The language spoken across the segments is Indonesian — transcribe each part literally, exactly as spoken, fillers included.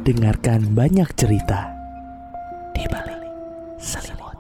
dengarkan banyak cerita di balik selimut.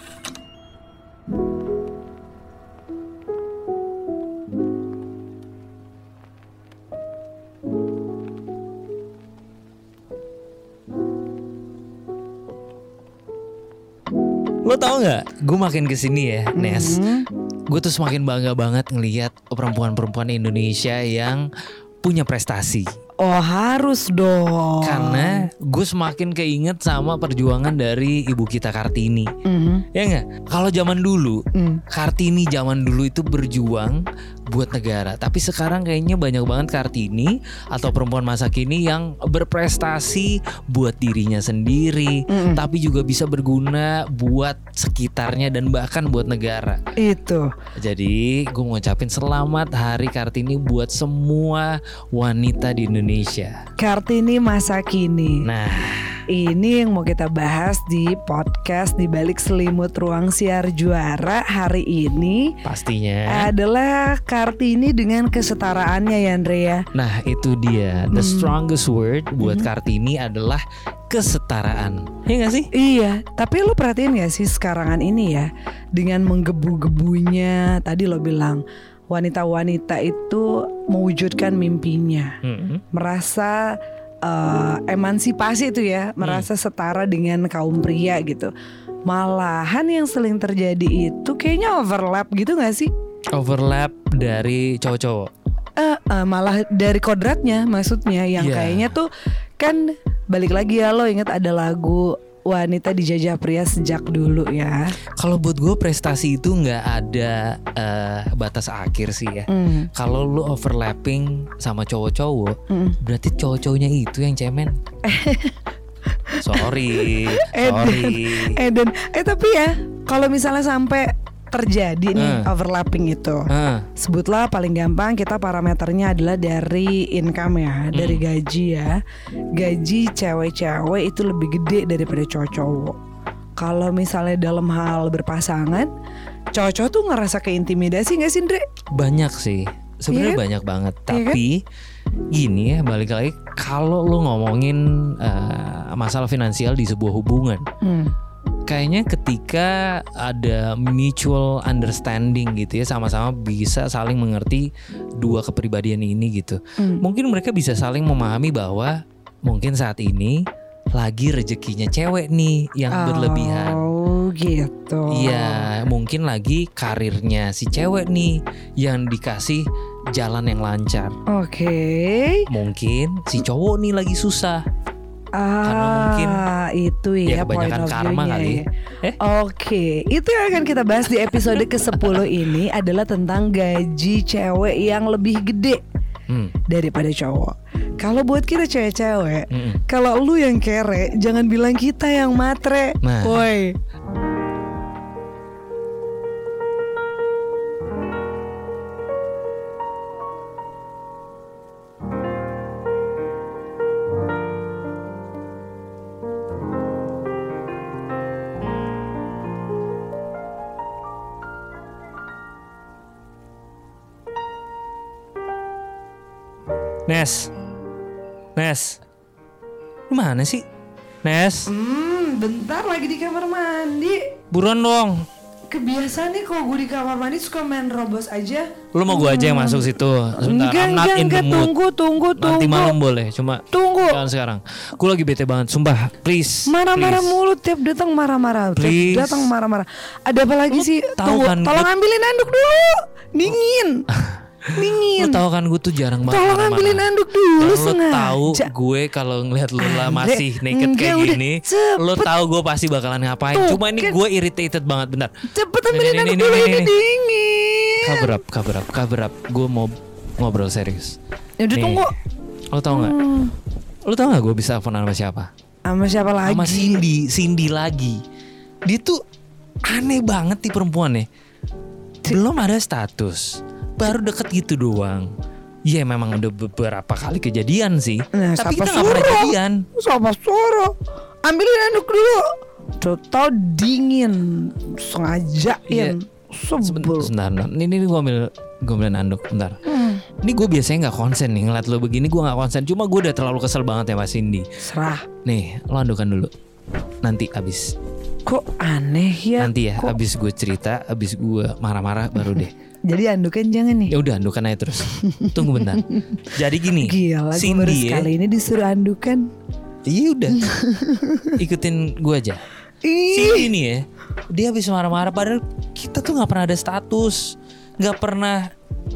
Lo tau gak, gue makin kesini ya, Nes, mm-hmm. gue tuh semakin bangga banget ngelihat perempuan-perempuan Indonesia yang punya prestasi. Oh harus dong. Karena gue semakin keinget sama perjuangan dari ibu kita Kartini. Mm-hmm. Ya gak? Kalau zaman dulu mm. Kartini zaman dulu itu berjuang buat negara. Tapi sekarang kayaknya banyak banget Kartini atau perempuan masa kini yang berprestasi buat dirinya sendiri, mm-hmm. tapi juga bisa berguna buat sekitarnya dan bahkan buat negara. Itu. Jadi gue mau ngucapin selamat Hari Kartini buat semua wanita di Indonesia. Kartini masa kini. Nah, ini yang mau kita bahas di podcast di balik selimut ruang siar juara hari ini. Pastinya adalah Kartini dengan kesetaraannya ya Andrea. Nah itu dia, the hmm. strongest word buat hmm. Kartini adalah kesetaraan. Iya gak sih? Iya, tapi lo perhatiin gak sih sekarangan ini ya, dengan menggebu-gebunya, tadi lo bilang wanita-wanita itu mewujudkan mimpinya, hmm. merasa uh, emansipasi itu ya, merasa hmm. setara dengan kaum pria gitu. Malahan yang sering terjadi itu kayaknya overlap gitu gak sih? Overlap dari cowok-cowok. Uh, uh, malah dari kodratnya maksudnya yang yeah. kayaknya tuh kan balik lagi ya, lo inget ada lagu wanita dijajah pria sejak dulu ya. Kalau buat gue prestasi itu nggak ada uh, batas akhir sih ya. Mm. Kalau lu overlapping sama cowok-cowok, mm. berarti cowok-cowoknya itu yang cemen. sorry, sorry. Eden, eh tapi ya kalau misalnya sampai terjadi nih uh. overlapping itu, uh. sebutlah paling gampang kita parameternya adalah dari income ya, hmm. dari gaji ya. Gaji cewek-cewek itu lebih gede daripada cowok-cowok. Kalau misalnya dalam hal berpasangan, cowok-cowok tuh ngerasa keintimidasi gak sih Ndre? Banyak sih, sebenarnya yeah. banyak banget. Tapi yeah. gini ya, balik lagi kalau lu ngomongin uh, masalah finansial di sebuah hubungan, hmm. kayaknya ketika ada mutual understanding gitu ya, sama-sama bisa saling mengerti dua kepribadian ini gitu. Mm. Mungkin mereka bisa saling memahami bahwa mungkin saat ini lagi rezekinya cewek nih yang oh, berlebihan. Oh gitu. Iya, mungkin lagi karirnya si cewek nih yang dikasih jalan yang lancar. Oke. Okay. Mungkin si cowok nih lagi susah. Ah, karena mungkin itu ya, ya kebanyakan karma kali. Ya. Eh? Oke, okay. Itu yang akan kita bahas di episode kesepuluh ini adalah tentang gaji cewek yang lebih gede hmm. daripada cowok. Kalau buat kita cewek-cewek, hmm. kalau lu yang kere, jangan bilang kita yang matre. Nah. Woi. Nes, Nes, lu mana sih, Nes? Hmm, bentar lagi di kamar mandi. Buruan dong. Kebiasaan nih kalau gue di kamar mandi suka main robos aja. Lu mau gue aja yang masuk situ? Sebentar, enggak, I'm not enggak, in the enggak, mood. Tunggu, tunggu, tunggu. Nanti malam boleh, cuma tunggu. Jangan sekarang. Gue lagi bete banget, sumpah. Please. Marah-marah mulu tiap datang marah-marah. Please. Tiap datang marah-marah. Ada apa lagi lu sih? Tunggu, kan, tolong ambilin anduk dulu. Dingin. Dingin. Lu tahu kan gue tuh jarang banget. Tolong ambilin anduk dulu sengaja. Lu tahu gue kalau ngelihat lu lah masih naked kayak udah, gini, cepet. Lu tahu gue pasti bakalan ngapain. Tuh, Cuma ini kan. Gue irritated banget, benar. Cepet ambilin anduk dulu, ini dingin. Cover up, cover up, cover up. Gue mau ngobrol serius. Ya udah tunggu. Lu tahu nggak? Hmm. Lu tahu nggak gue bisa telepon sama siapa? Sama siapa lagi? Sama Cindy, Cindy lagi. Dia tuh aneh banget nih perempuannya. Belum ada status, baru deket gitu doang. Iya memang udah beberapa kali kejadian sih. Nah, tapi kita suruh? gak pernah jadian. Siapa suruh? Ambilin anduk dulu. Tau dingin. Sengajain. Iya. Sebel. Sebentar, sebentar. Ini, ini gue ambil, gue ambil anduk, bentar. Hmm. Ini gue biasanya nggak konsen nih ngeliat lo begini, gue nggak konsen. Cuma gue udah terlalu kesel banget ya Mas Cindy. Serah. Nih, lo andukan dulu. Nanti abis. Kok aneh ya? Nanti ya, kok... abis gue cerita, abis gue marah-marah baru deh. Jadi andukan jangan nih. Ya udah andukan aja terus. Tunggu bentar. Jadi gini. Gila, gue baru sekali ini disuruh andukan. Iya udah. Ikutin gue aja. Cindy nih ya, dia habis marah-marah padahal kita tuh nggak pernah ada status, nggak pernah,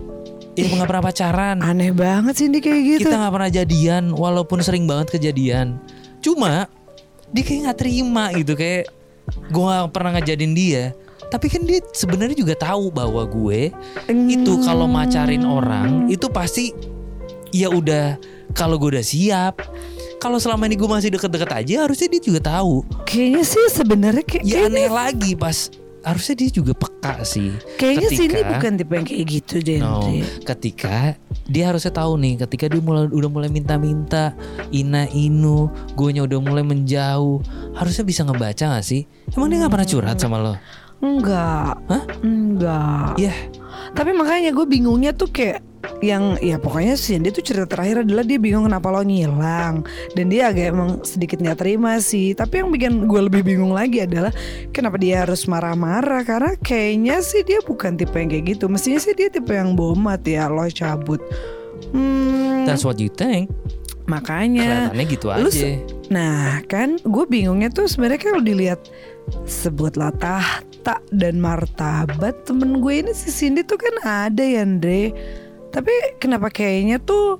ya nggak pernah pacaran. Aneh banget sih dia kayak gitu. Kita nggak pernah jadian, walaupun sering banget kejadian. Cuma dia kayak nggak terima gitu, kayak gue nggak pernah ngejadin dia. Tapi kan dia sebenarnya juga tahu bahwa gue hmm. itu kalau macarin orang itu pasti ya udah, kalau gue udah siap. Kalau selama ini gue masih deket-deket aja, harusnya dia juga tahu. Kayaknya sih sebenarnya kayak ya kayaknya... aneh lagi pas harusnya dia juga peka sih. Kayaknya ketika, sih ini bukan tipe yang kayak gitu deh. No, ketika dia harusnya tahu nih, ketika dia mulai udah mulai minta-minta, ina inu, guenya udah mulai menjauh, harusnya bisa ngebaca nggak sih? Emang dia nggak pernah curhat sama lo? Enggak. Hah? Enggak. Iya. Yeah. Tapi makanya gue bingungnya tuh kayak yang ya pokoknya sih dia tuh cerita terakhir adalah dia bingung kenapa lo ngilang, dan dia agak emang sedikit nggak terima sih. Tapi yang bikin gue lebih bingung lagi adalah kenapa dia harus marah-marah, karena kayaknya sih dia bukan tipe yang kayak gitu. Mestinya sih dia tipe yang bomat ya, lo cabut. Hmm, That's what you think. Makanya kelihatannya gitu lu, aja. Nah kan gue bingungnya tuh sebenarnya kalau dilihat sebutlah tahta dan martabat, temen gue ini si Cindy tuh kan ada ya Andre. Tapi kenapa kayaknya tuh,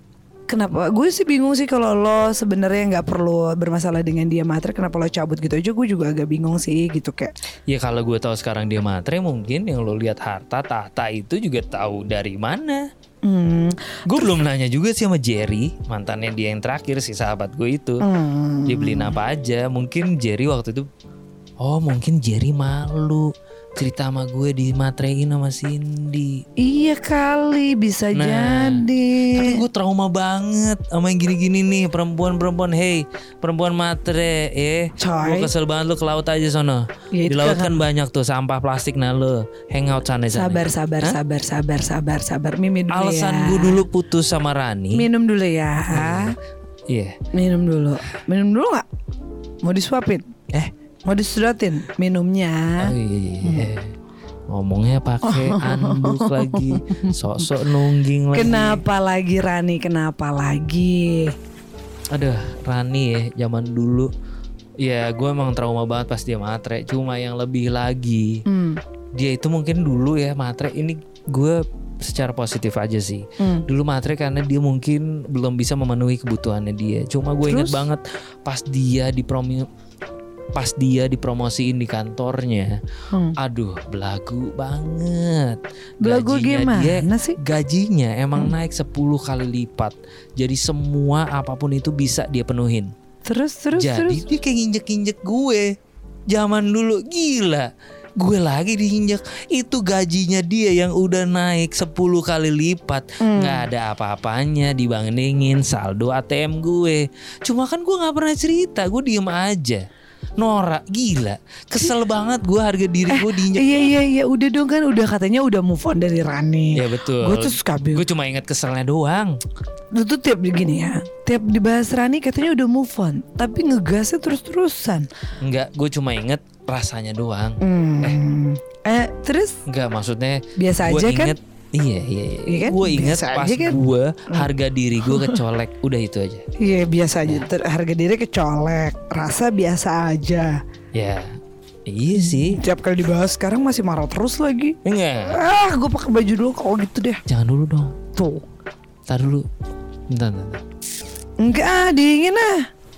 kenapa gue sih bingung sih kalau lo sebenarnya nggak perlu bermasalah dengan dia matre, kenapa lo cabut gitu aja? Gue juga agak bingung sih gitu kayak. Ya kalau gue tahu sekarang dia matre, mungkin yang lo lihat harta tahta itu juga tahu dari mana. Hmm. Gue belum nanya juga sih sama Jerry, mantannya dia yang terakhir si sahabat gue itu. Hmm. Dia beliin apa aja? Mungkin Jerry waktu itu, oh mungkin Jerry malu cerita sama gue dimatrein sama Cindy. Iya kali, bisa nah, jadi. Tapi gue trauma banget sama yang gini-gini nih, perempuan-perempuan. Hey, perempuan matre, eh, gue kesel banget lu ke laut aja sono. Ya, di laut kan banyak tuh sampah plastik, nah lu hangout sana sana. Sabar, sabar, Hah? sabar, sabar, sabar, sabar. Minum dulu. Alasan ya. gue dulu putus sama Rani. Minum dulu ya. Iya. Yeah. Minum dulu. Minum dulu nggak? Mau disuapin? Eh. Mau disedotin minumnya. Oh iya, iya. Hmm. Ngomongnya pakai anduk lagi, sok-sok nungging lagi. Kenapa lagi Rani? Kenapa lagi? Aduh, Rani ya zaman dulu. Ya gue emang trauma banget pas dia matre. Cuma yang lebih lagi, hmm. dia itu mungkin dulu ya matre. Ini gue secara positif aja sih. Hmm. Dulu matre karena dia mungkin belum bisa memenuhi kebutuhannya dia. Cuma gue inget banget pas dia di promi Pas dia dipromosiin di kantornya, hmm. aduh belagu banget. Belagu gajinya gimana dia, sih? Gajinya emang hmm. naik sepuluh kali lipat. Jadi semua apapun itu bisa dia penuhin. Terus terus Jadi terus. dia kayak nginjek-nginjek gue. Zaman dulu gila. Gue lagi diinjek. Itu gajinya dia yang udah naik sepuluh kali lipat. hmm. Gak ada apa-apanya dibandingin saldo A T M gue. Cuma kan gue gak pernah cerita. Gue diem aja. Norak, gila, kesel banget gue, harga diri gue eh, diinjak. Iya iya iya, udah dong kan, udah katanya udah move on dari Rani. Iya betul. Gue tuh suka bingung. Gue cuma inget keselnya doang. Lu tuh tiap begini ya, tiap dibahas Rani katanya udah move on, tapi ngegasnya terus-terusan. Enggak, gue cuma inget rasanya doang. Hmm. Eh, eh terus? Enggak, maksudnya biasa aja inget, kan? Iya iya, iya. iya kan? Gue inget pas kan? gue harga diri gue kecolek. Udah itu aja. Iya biasa aja, Ter- harga diri kecolek, rasa biasa aja. Ya iya sih. Tiap kali dibahas sekarang masih marah terus lagi. Enggak. Ah gue pakai baju dulu kalau gitu deh. Jangan dulu dong. Tuh. Ntar dulu. Bentar bentar. Enggak, dingin ah.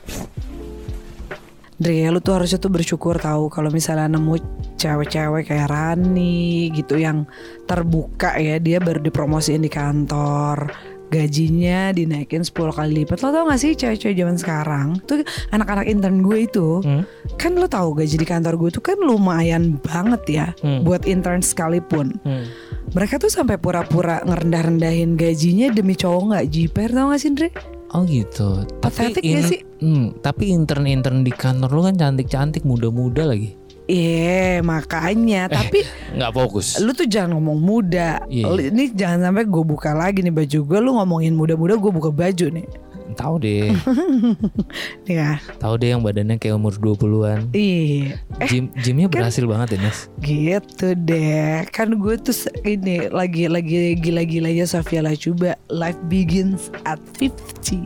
Dre, lu tuh harusnya tuh bersyukur tahu kalau misalnya nemu cewek-cewek kayak Rani gitu yang terbuka ya, dia baru dipromosiin di kantor, gajinya dinaikin sepuluh kali lipat. Lo tau gak sih cewek-cewek zaman sekarang tuh, anak-anak intern gue itu hmm? kan lo tahu gaji di kantor gue tuh kan lumayan banget ya, hmm. buat intern sekalipun. hmm. Mereka tuh sampai pura-pura ngerendah-rendahin gajinya demi cowok gak jiper, tau gak sih Dre? Oh gitu. Pathetic tapi in, gak sih? Hmm, tapi intern-intern di kantor lu kan cantik-cantik, muda-muda lagi. Iya makanya. Tapi nggak fokus. lu tuh jangan ngomong muda. Iya. Ini jangan sampai gue buka lagi nih baju gue. Lu ngomongin muda-muda, gue buka baju nih. Tahu deh. Ya. Tahu deh yang badannya kayak umur dua puluhan. Iya. Eh, Gym gymnya kan- berhasil banget ya Nes. Gitu deh. Kan gue tuh se- ini lagi lagi gila-gilanya Sofia Lachuba. Life begins at fifty.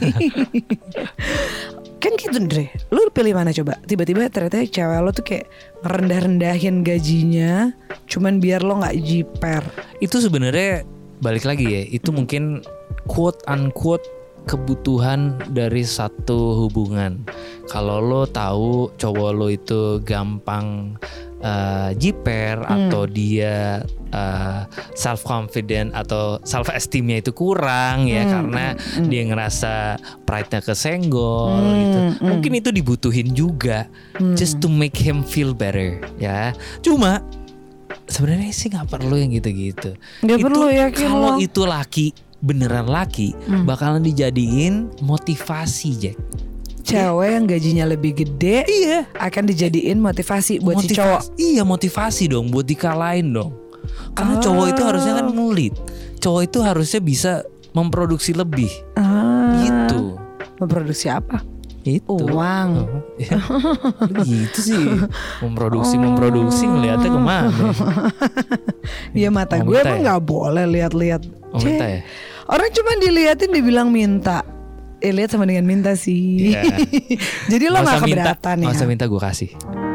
Kan gitu Dre. Lu pilih mana coba? Tiba-tiba ternyata cewek lo tuh kayak ngerendah-rendahin gajinya cuman biar lo gak jiper. Itu sebenarnya balik lagi ya. Itu mungkin quote unquote kebutuhan dari satu hubungan. Kalau lo tahu cowok lo itu gampang uh, jiper hmm. atau dia uh, self confident atau self esteemnya itu kurang ya hmm. karena hmm. dia ngerasa pride-nya kesenggol hmm. gitu. Hmm. Mungkin itu dibutuhin juga hmm. just to make him feel better ya. Cuma sebenarnya sih nggak perlu yang gitu-gitu. Nggak perlu yakin kalau lo. itu laki beneran laki hmm. bakalan dijadiin motivasi Jack. Cewek yang gajinya lebih gede iya akan dijadiin motivasi buat motivasi, si cowok. Iya motivasi dong buat dikalahin dong. Karena ah. cowok itu harusnya kan ngelit. Cowok itu harusnya bisa memproduksi lebih. Ah. Gitu. Memproduksi apa? Itu uang. Oh, ya. Gitu sih. Memproduksi memproduksi ngeliatnya kemana? Ya mata oh, gue emang ya? Gak boleh lihat-lihat. Oh, minta ya? Orang cuma diliatin dibilang minta. Eh lihat sama dengan minta sih. Yeah. Jadi lo gak keberatan ya? Gak usah minta gue kasih.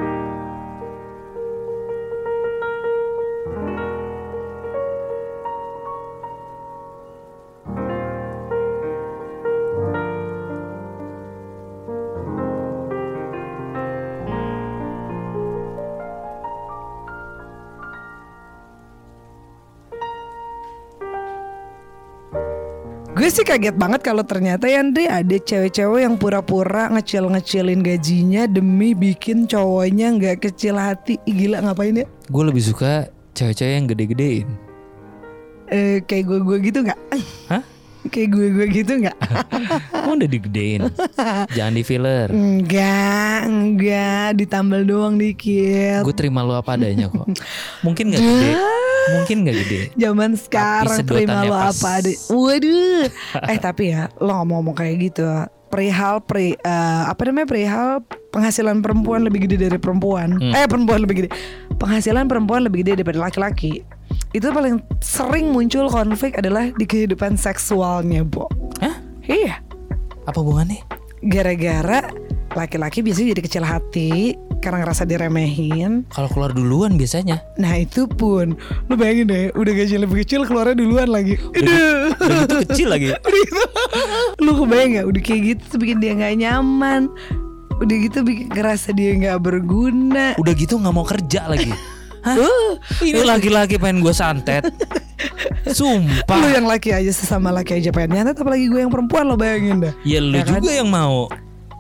Gue sih kaget banget kalau ternyata ya Andre ada cewek-cewek yang pura-pura ngecil-ngecilin gajinya demi bikin cowoknya gak kecil hati. Ih, gila ngapain ya? Gue lebih suka cewek-cewek yang gede-gedein. Eh, kayak gue-gue gitu gak? Hah? Kayak gue-gue gitu gak? Kok udah digedein? Jangan di filler. Enggak, enggak, ditambal doang dikit. Gue terima lu apa adanya kok. Mungkin gak gede, mungkin gak gede. Zaman sekarang terima lo pas. apa adanya. Waduh. Eh tapi ya lo ngomong-ngomong kayak gitu, perihal pre, uh, apa namanya perihal penghasilan perempuan lebih gede dari perempuan. Hmm. Eh perempuan lebih gede. Penghasilan perempuan lebih gede daripada laki-laki. Itu paling sering muncul konflik adalah di kehidupan seksualnya, Bo. Hah? Iya. Apa hubungannya? Gara-gara laki-laki biasanya jadi kecil hati karena ngerasa diremehin. Kalau keluar duluan biasanya. Nah itu pun, lu bayangin deh, udah gaji lebih kecil keluarnya duluan lagi. Udah, udah gitu kecil lagi. Lu kebayang gak? Udah kayak gitu bikin dia gak nyaman. Udah gitu bikin ngerasa dia gak berguna. Udah gitu gak mau kerja lagi. Hah? Uh, ini laki-laki pengen gue santet. Sumpah. Lu yang laki aja sesama laki aja pengen nyantet, apalagi gue yang perempuan, lo bayangin dah. Ya lu ya juga kan? Yang mau.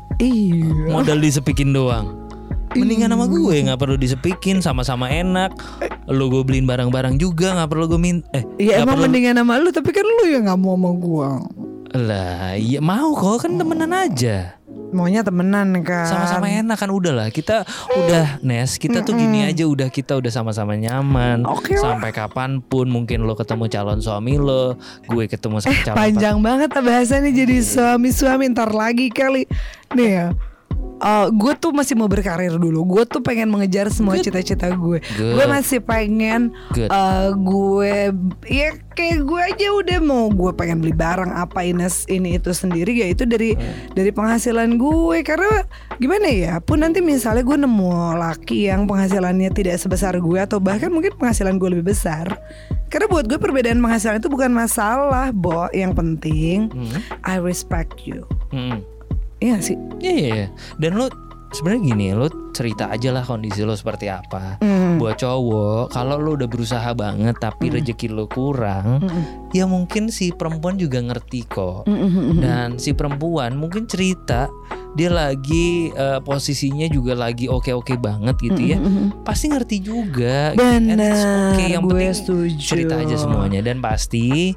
Iya. Modal disepikin doang. Mendingan sama gue gak perlu disepikin, sama-sama enak. Lu gue beliin barang-barang juga, gak perlu gue minta. Eh, iya emang perlu... mendingan sama lu, tapi kan lu yang gak mau sama gue. Lah iya mau kok, kan temenan aja. Maunya temenan kan. Sama-sama enak kan, udah lah. Kita udah Nes, kita tuh gini aja, udah kita udah sama-sama nyaman. Okay, sampai kapanpun mungkin lo ketemu calon suami lo, gue ketemu sama eh, calon panjang tar- banget bahasannya jadi suami-suami. Ntar lagi kali. Nih ya, Uh, gue tuh masih mau berkarir dulu. Gue tuh pengen mengejar semua Good. cita-cita gue. Good. Gue masih pengen uh, gue ya kayak gue aja udah mau gue pengen beli barang apa Ines ini itu sendiri, ya itu dari hmm. dari penghasilan gue. Karena gimana ya, pun nanti misalnya gue nemu laki yang penghasilannya tidak sebesar gue atau bahkan mungkin penghasilan gue lebih besar. Karena buat gue perbedaan penghasilan itu bukan masalah, Bo. Yang penting hmm. I respect you. Hmm. Iya sih. Iya, iya, iya. Dan lo sebenarnya gini, lo cerita aja lah kondisi lo seperti apa. Mm. Buat cowok, kalau lo udah berusaha banget tapi mm. rezeki lo kurang, mm. ya mungkin si perempuan juga ngerti kok. Mm-hmm. Dan si perempuan mungkin cerita dia lagi uh, posisinya juga lagi oke-oke banget gitu ya. Mm-hmm. Pasti ngerti juga. Benar. Oke, okay. Yang gue penting setuju. Cerita aja semuanya dan pasti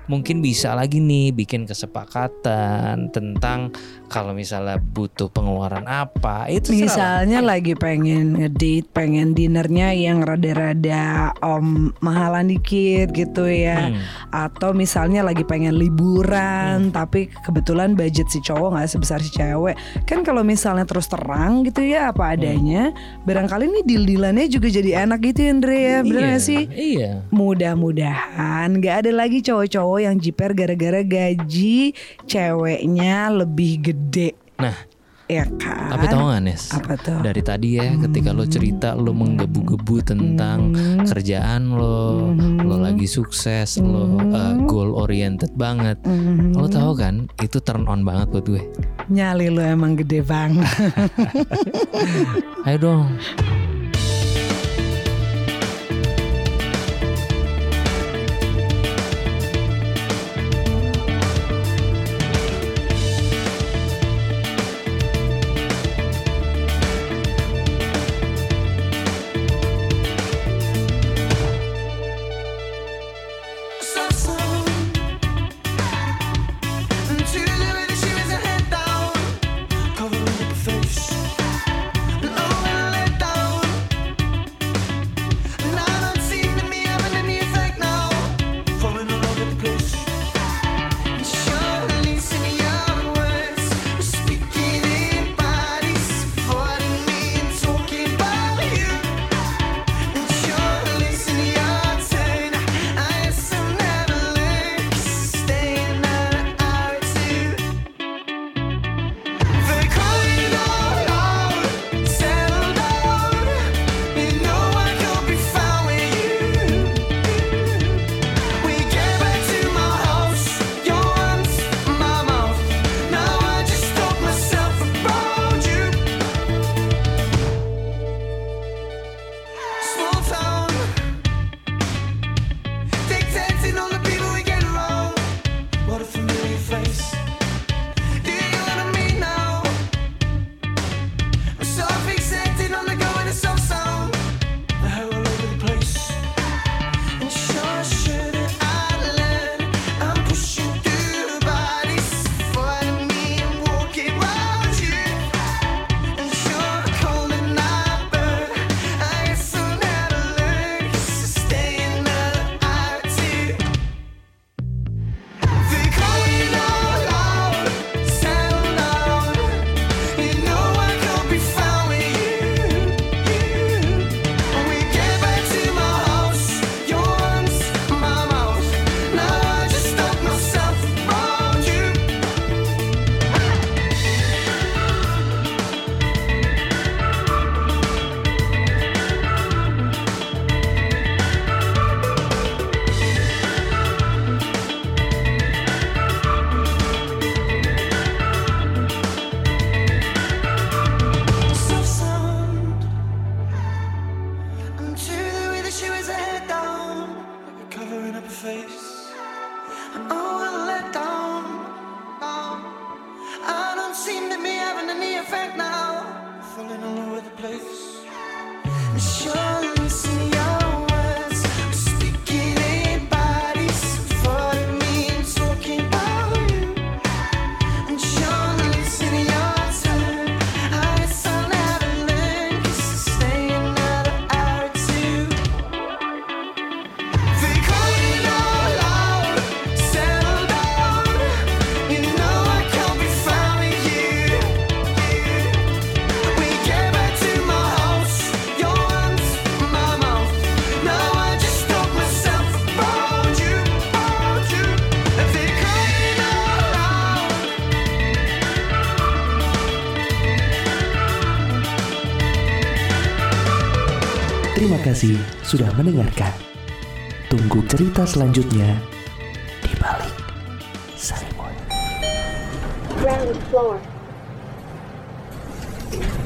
mungkin bisa lagi nih bikin kesepakatan tentang kalau misalnya butuh pengeluaran apa itu misalnya salah. Lagi pengen ngedate, pengen dinernya yang rada-rada om mahalan dikit gitu ya, hmm. atau misalnya lagi pengen liburan, hmm. tapi kebetulan budget si cowok nggak sebesar si cewek. Kan kalau misalnya terus terang gitu ya apa adanya, hmm. barangkali nih deal-dealannya juga jadi enak gitu ya Andre ya, bener iya, gak sih? Iya. Mudah-mudahan nggak ada lagi cowok-cowok yang jiper gara-gara gaji ceweknya lebih gede. Nah, ya kan? tapi tau gak Nes? Apa tuh? Dari tadi ya, ketika lo cerita lo menggebu-gebu tentang hmm. kerjaan lo, hmm. lo lagi sukses, hmm. lo uh, goal oriented banget. Hmm. Lo tahu kan, itu turn on banget buat gue. Nyali lo emang gede banget. Ayo dong. Terima kasih sudah mendengarkan. Tunggu cerita selanjutnya di Balik Selimut. Ground floor.